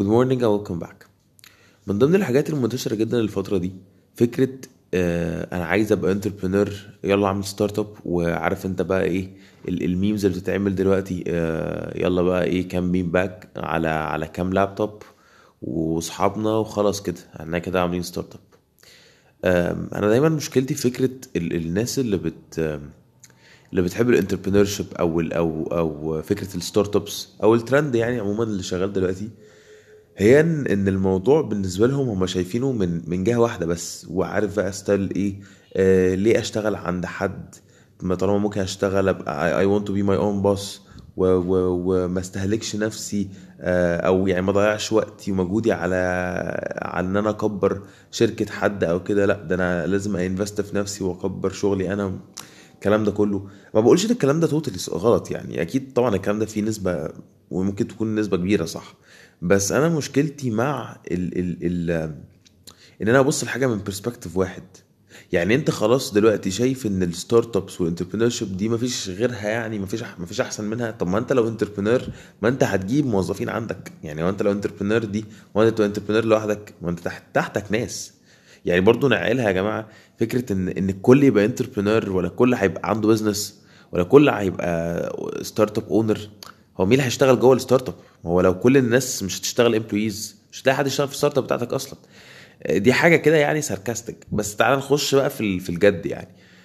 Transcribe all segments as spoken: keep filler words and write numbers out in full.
Good morning and welcome back. من ضمن الحاجات المنتشرة جدا الفترة دي فكرة آه انا عايز ابقى انتربرينور، يلا اعمل ستارت اب. وعارف انت بقى ايه ال- الميمز اللي بتتعمل دلوقتي؟ آه يلا بقى ايه كام ميم باك على على كام لابتوب واصحابنا وخلاص كده احنا كده عاملين ستارت اب. آم، انا دايما مشكلتي في فكرة ال- الناس اللي بت آم، اللي بتحب الانتربرينور شيب او ال او او فكرة الستارت ابس او الترند يعني عموما اللي شغال دلوقتي. هي ان ان الموضوع بالنسبه لهم هم شايفينه من من جهه واحده بس، وعارف بقى ستايل ايه. آه ليه اشتغل عند حد ما طالما ممكن اشتغل ابقى I, I want to be my own boss و- و- وما استهلكش نفسي. آه او يعني ما ضيعش وقتي ومجهودي على على ان انا اكبر شركه حد او كده. لا ده انا لازم انفست في نفسي واكبر شغلي انا. الكلام ده كله ما بقولش ان الكلام ده توتالي غلط، يعني اكيد طبعا الكلام ده فيه نسبة وممكن تكون نسبة كبيرة صح. بس انا مشكلتي مع ال ال ال ان انا ابص الحاجة من برسبكتيف واحد. يعني انت خلاص دلوقتي شايف ان الستارت ابس والانتربرينور شيب دي مفيش غيرها، يعني مفيش مفيش احسن منها. طب ما انت لو انتربرينور ما انت هتجيب موظفين عندك، يعني وانت لو انتربرينور دي وانت لو انتربرينور لوحدك ما انت تحت تحتك ناس. يعني برضو نعقلها يا جماعه، فكره ان ان الكل يبقى انتربرينور ولا الكل هيبقى عنده بزنس ولا الكل هيبقى ستارت اب اونر. هو مين اللي هيشتغل جوه الستارت اب؟ هو لو كل الناس مش هتشتغل امبلويز مش هتلاقي حد يشتغل في الستارت اب بتاعتك اصلا. دي حاجه كده يعني ساركاستيك، بس تعال نخش بقى في ال- في الجد يعني.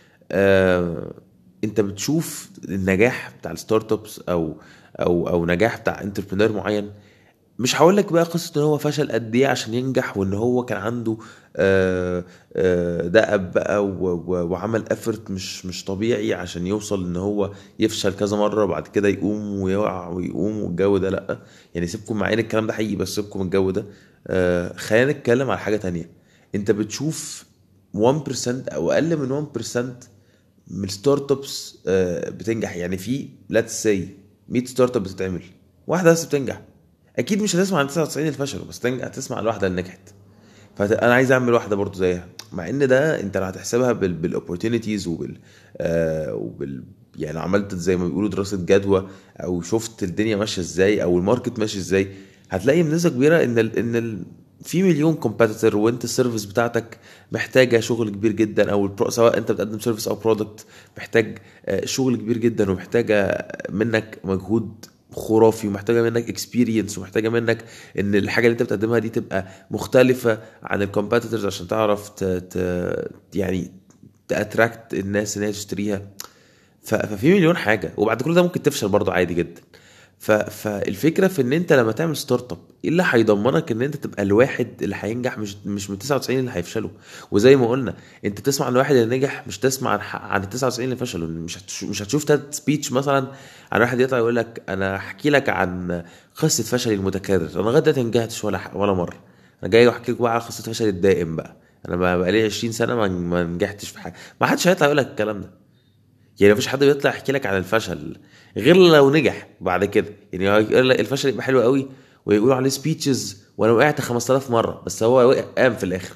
آه، انت بتشوف النجاح بتاع الستارت ابس او او او نجاح بتاع انتربرينور معين. مش هقول لك بقى قصه ان هو فشل قد ايه عشان ينجح، وان هو كان عنده آه، آه، دأب بقى و- و- وعمل افورت مش مش طبيعي عشان يوصل ان هو يفشل كذا مره وبعد كده يقوم ويقع ويقوم والجو ده. لا يعني سيبكم مع ان الكلام ده حقيقي، بس سيبكم من الجو ده. آه، خلينا نتكلم على حاجه تانية. انت بتشوف واحد في المية او اقل من واحد في المية من الستارت ابس بتنجح. يعني في ليتس سي مية ستارت اب بتتعمل، واحده بس بتنجح. اكيد مش هتسمع عن تسعة وتسعين اللي فشلوا، بس تنجح هتسمع عن الواحده اللي نجحت. فانا عايز اعمل واحده برضو زيها، مع ان ده انت لو هتحسبها بالاوبورتونيتيز وبال آه وبال يعني عملت زي ما بيقولوا دراسه جدوى او شفت الدنيا ماشيه ازاي او الماركت ماشي ازاي، هتلاقي بنسبه كبيره ان ال ان ال في مليون كومبيتيتور، وانت السيرفيس بتاعتك محتاجه شغل كبير جدا، او البرو سواء انت بتقدم سيرفيس او برودكت محتاج آه، شغل كبير جدا، ومحتاجه منك مجهود خرافي، ومحتاجه منك اكسبيرينس، ومحتاجه منك ان الحاجه اللي انت بتقدمها دي تبقى مختلفه عن الكومبيتيتورز عشان تعرف ت... ت... يعني تاتراكت الناس ان هي تشتريها. ف... ففي مليون حاجه، وبعد كل ده ممكن تفشل برضه عادي جدا. ف... فالفكره في ان انت لما تعمل ستارت اب ايه اللي هيضمنك ان انت تبقى الواحد اللي هينجح، مش مش من تسعة وتسعين اللي هيفشلوا. وزي ما قلنا، انت تسمع عن الواحد اللي نجح، مش تسمع عن عن ال تسعة وتسعين اللي فشلوا. مش هتش... مش هتشوف تاد سبيتش مثلا عن واحد يطلع يقول لك انا احكي لك عن قصه فشلي المتكرر، انا لغايه دلوقتي ما نجحتش ولا ح- ولا مره. انا جاي احكي لك بقى على قصه فشلي الدائم بقى. انا بقى بقالي عشرين سنه ما ما نجحتش في حاجه. ما حدش هيطلع يقول لك الكلام ده. يعني مفيش حد بيطلع يحكي لك عن الفشل غير لو نجح بعد كده. يعني يقول لك الفشل يبقى حلو قوي ويقولوا عليه سبيتشز وانا وقعت خمسة آلاف مره، بس هو وقع قام في الاخر.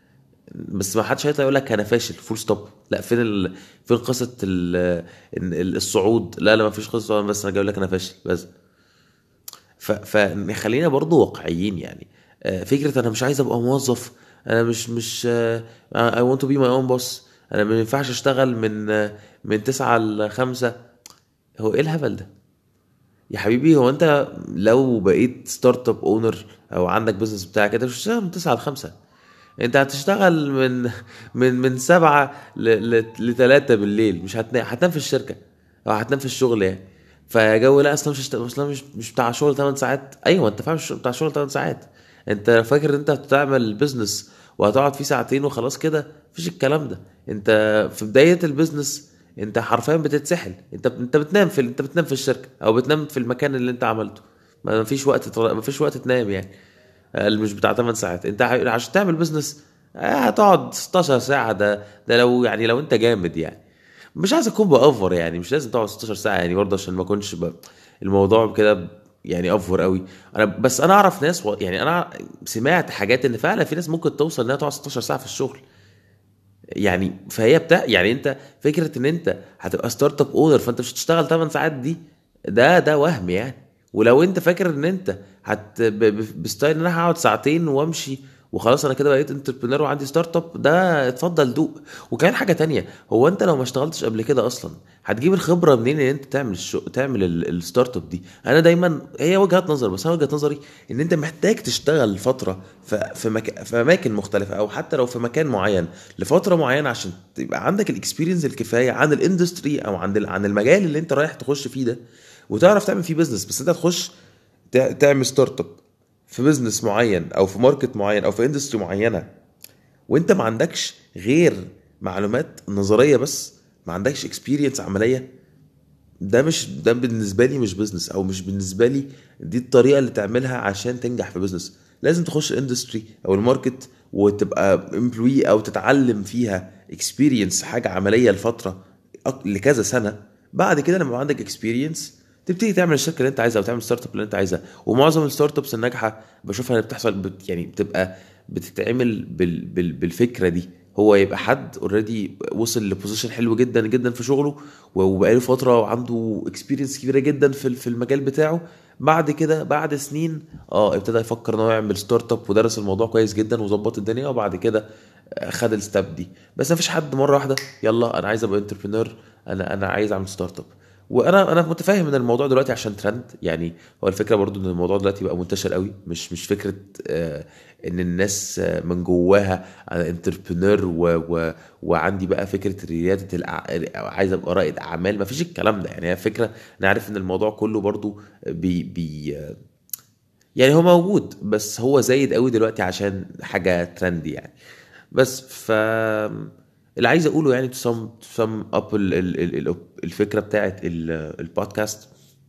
بس ما حدش هيطلع يقول لك انا فاشل فول ستوب. لا، فين ال... فين قصه ال... ال- الصعود؟ لا لا، ما فيش قصه، بس انا جاي اقول لك انا فاشل بس. ف... فخلينا برضو واقعيين يعني. آه، فكرة انا مش عايز ابقى موظف، انا مش مش آه، I want to be my own boss، انا ما ينفعش اشتغل من آه، من تسعة لخمسة. هو ايه الهبل ده يا حبيبي؟ هو انت لو بقيت ستارت اب اونر او عندك بزنس بتاعك، انت مش هتشتغل من تسعة لخمسة. انت هتشتغل من من من سبعة ل... ل... لتلاتة بالليل. مش هتنام، هتنام في الشركة او هتنام في الشغل يعني. فجو لا اصلا مش هشت- اصلا مش مش بتاع شغل ثماني ساعات. ايوه انت فاهم، الشغل- بتاع شغل ثماني ساعات. انت فاكر ان انت هتعمل بزنس وهتقعد فيه ساعتين وخلاص كده؟ مفيش الكلام ده. انت في بداية البيزنس انت حرفيا بتتسحل. انت انت بتنام في انت بتنام في الشركة او بتنام في المكان اللي انت عملته. ما فيش وقت ما فيش وقت تنام يعني. اللي مش بتاع ثماني ساعات. انت ع- عشان تعمل بزنس آه، هتقعد ستاشر ساعة. ده ده لو يعني لو انت جامد يعني. مش عايز اكون بأفور، يعني مش لازم تقعد ستاشر ساعة يعني برضه عشان ما اكونش ب... الموضوع كده ب- يعني افور قوي. انا بس انا اعرف ناس و... يعني انا سمعت حاجات ان فعلا في ناس ممكن توصل انها تقعد ستاشر ساعة في الشغل. يعني فهي بتاع يعني انت فكرة ان انت هتبقى ستارت اب اونر فانت مش هتشتغل ثماني ساعات دي. ده ده وهم يعني. ولو انت فاكر ان انت هت ب- ب- بستايل ان انا هقعد ساعتين وامشي وخلاص انا كده بقيت انتربرينور وعندي ستارت اب، ده اتفضل دوق. وكمان حاجه تانية، هو انت لو ما اشتغلتش قبل كده اصلا هتجيب الخبره منين ان انت تعمل الشو... تعمل ال- الستارت اب دي؟ انا دايما هي وجهه نظر، بس انا وجهه نظري ان انت محتاج تشتغل فتره في في, مك... في اماكن مختلفه، او حتى لو في مكان معين لفتره معينه، عشان تبقى عندك الاكسبيرينس الكفايه عن الاندستري او عن ال- عن المجال اللي انت رايح تخش فيه ده، وتعرف تعمل فيه بزنس. بس انت تخش تع- تعمل ستارت اب في بزنس معين او في ماركت معين او في اندستري معينه، وانت ما عندكش غير معلومات نظريه بس، ما عندكش اكسبيرينس عمليه، ده مش ده بالنسبه لي مش بزنس، او مش بالنسبه لي دي الطريقه اللي تعملها عشان تنجح في بزنس. لازم تخش الاندستري او الماركت وتبقى امبلوي او تتعلم فيها اكسبيرينس، حاجه عمليه لفتره أك- لكذا سنه. بعد كده لما يبقى عندك اكسبيرينس تبتدي تعمل الشركه اللي انت عايزها وتعمل ستارت اب اللي انت عايزها. ومعظم الستارت ابس الناجحه بشوفها اللي بتحصل بت يعني بتبقى بتتعمل بال بال بالفكره دي. هو يبقى حد اوريدي وصل لبوزيشن حلو جدا جدا في شغله، وبقاله فتره وعنده اكسبيرينس كبيره جدا في في المجال بتاعه. بعد كده بعد سنين اه ابتدى يفكر ان هو يعمل ستارت اب، ودرس الموضوع كويس جدا وظبط الدنيا، وبعد كده خد الستاب دي. بس مفيش حد مره واحده يلا انا عايز ابقى انتربرينور، انا انا عايز اعمل ستارت اب. وانا انا متفاهم ان الموضوع دلوقتي عشان ترند يعني. هو الفكره برضو ان الموضوع دلوقتي بقى منتشر قوي، مش مش فكره آه ان الناس آه من جواها انا انتربرينور و و وعندي بقى فكره رياده الأع... عايز ابقى رائد اعمال. مفيش الكلام ده يعني. هي فكره انا عارف ان الموضوع كله برضو بي بي يعني هو موجود، بس هو زايد قوي دلوقتي عشان حاجه ترندي يعني. بس ف اللي عايز اقوله يعني to sum to sum up ال- ال- ال- الفكره بتاعت ال- البودكاست،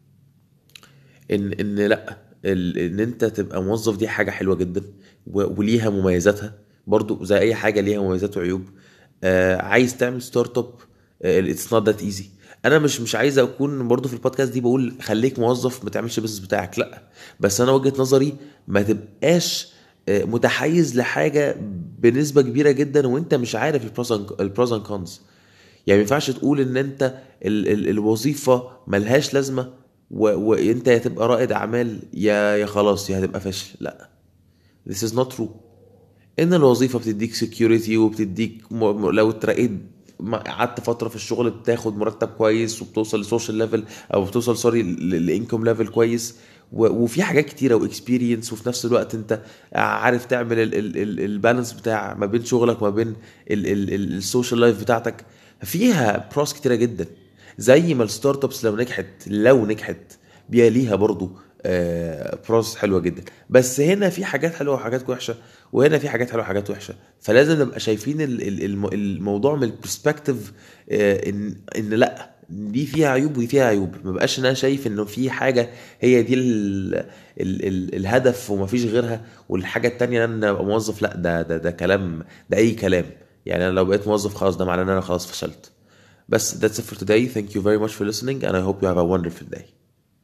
ان ان لا ال- ان انت تبقى موظف دي حاجه حلوه جدا و- وليها مميزاتها برضو زي اي حاجه ليها مميزات وعيوب. آه عايز تعمل ستارت اب، اتس نوت ذات ايزي. انا مش مش عايز اكون برضو في البودكاست دي بقول خليك موظف ما تعملش بيزنس بتاعك، لا. بس انا وجهة نظري ما تبقاش آه، متحيز لحاجه بنسبه كبيره جدا وانت مش عارف البروز اند كونز. يعني ما ينفعش تقول ان انت ال ال الوظيفه ملهاش لازمه و- وانت يا تبقى رائد اعمال يا يا خلاص يا هتبقى فاشل. لا، this is not true. ان الوظيفه بتديك سكيورتي وبتديك م... م- لو اترقيت م- قعدت فتره في الشغل بتاخد مرتب كويس وبتوصل لسوشيال ليفل، او بتوصل سوري لانكم ليفل كويس، و... وفي حاجات كتيره واكسبيرينس، وفي نفس الوقت انت عارف تعمل البالانس بتاع ما بين شغلك وما بين السوشيال لايف بتاعتك. فيها بروس كتيره جدا. زي ما الستارت ابس لو نجحت لو نجحت بيها ليها برضو آه بروس حلوه جدا. بس هنا في حاجات حلوه وحاجات وحشه، وهنا في حاجات حلوه وحاجات وحشه. فلازم نبقى شايفين ال- ال- الم- الموضوع من البرسبكتيف، ان ان لا دي فيها عيوب ودي فيها عيوب. ما بقاش ان انا شايف انه في حاجه هي دي ال ال ال الهدف ومفيش غيرها، والحاجه التانية ان انا ابقى موظف لا، ده ده ده كلام، ده اي كلام. يعني انا لو بقيت موظف خلاص ده معناه ان انا خلاص فشلت. بس that's it for today. Thank you very much for listening and I hope you have a wonderful day.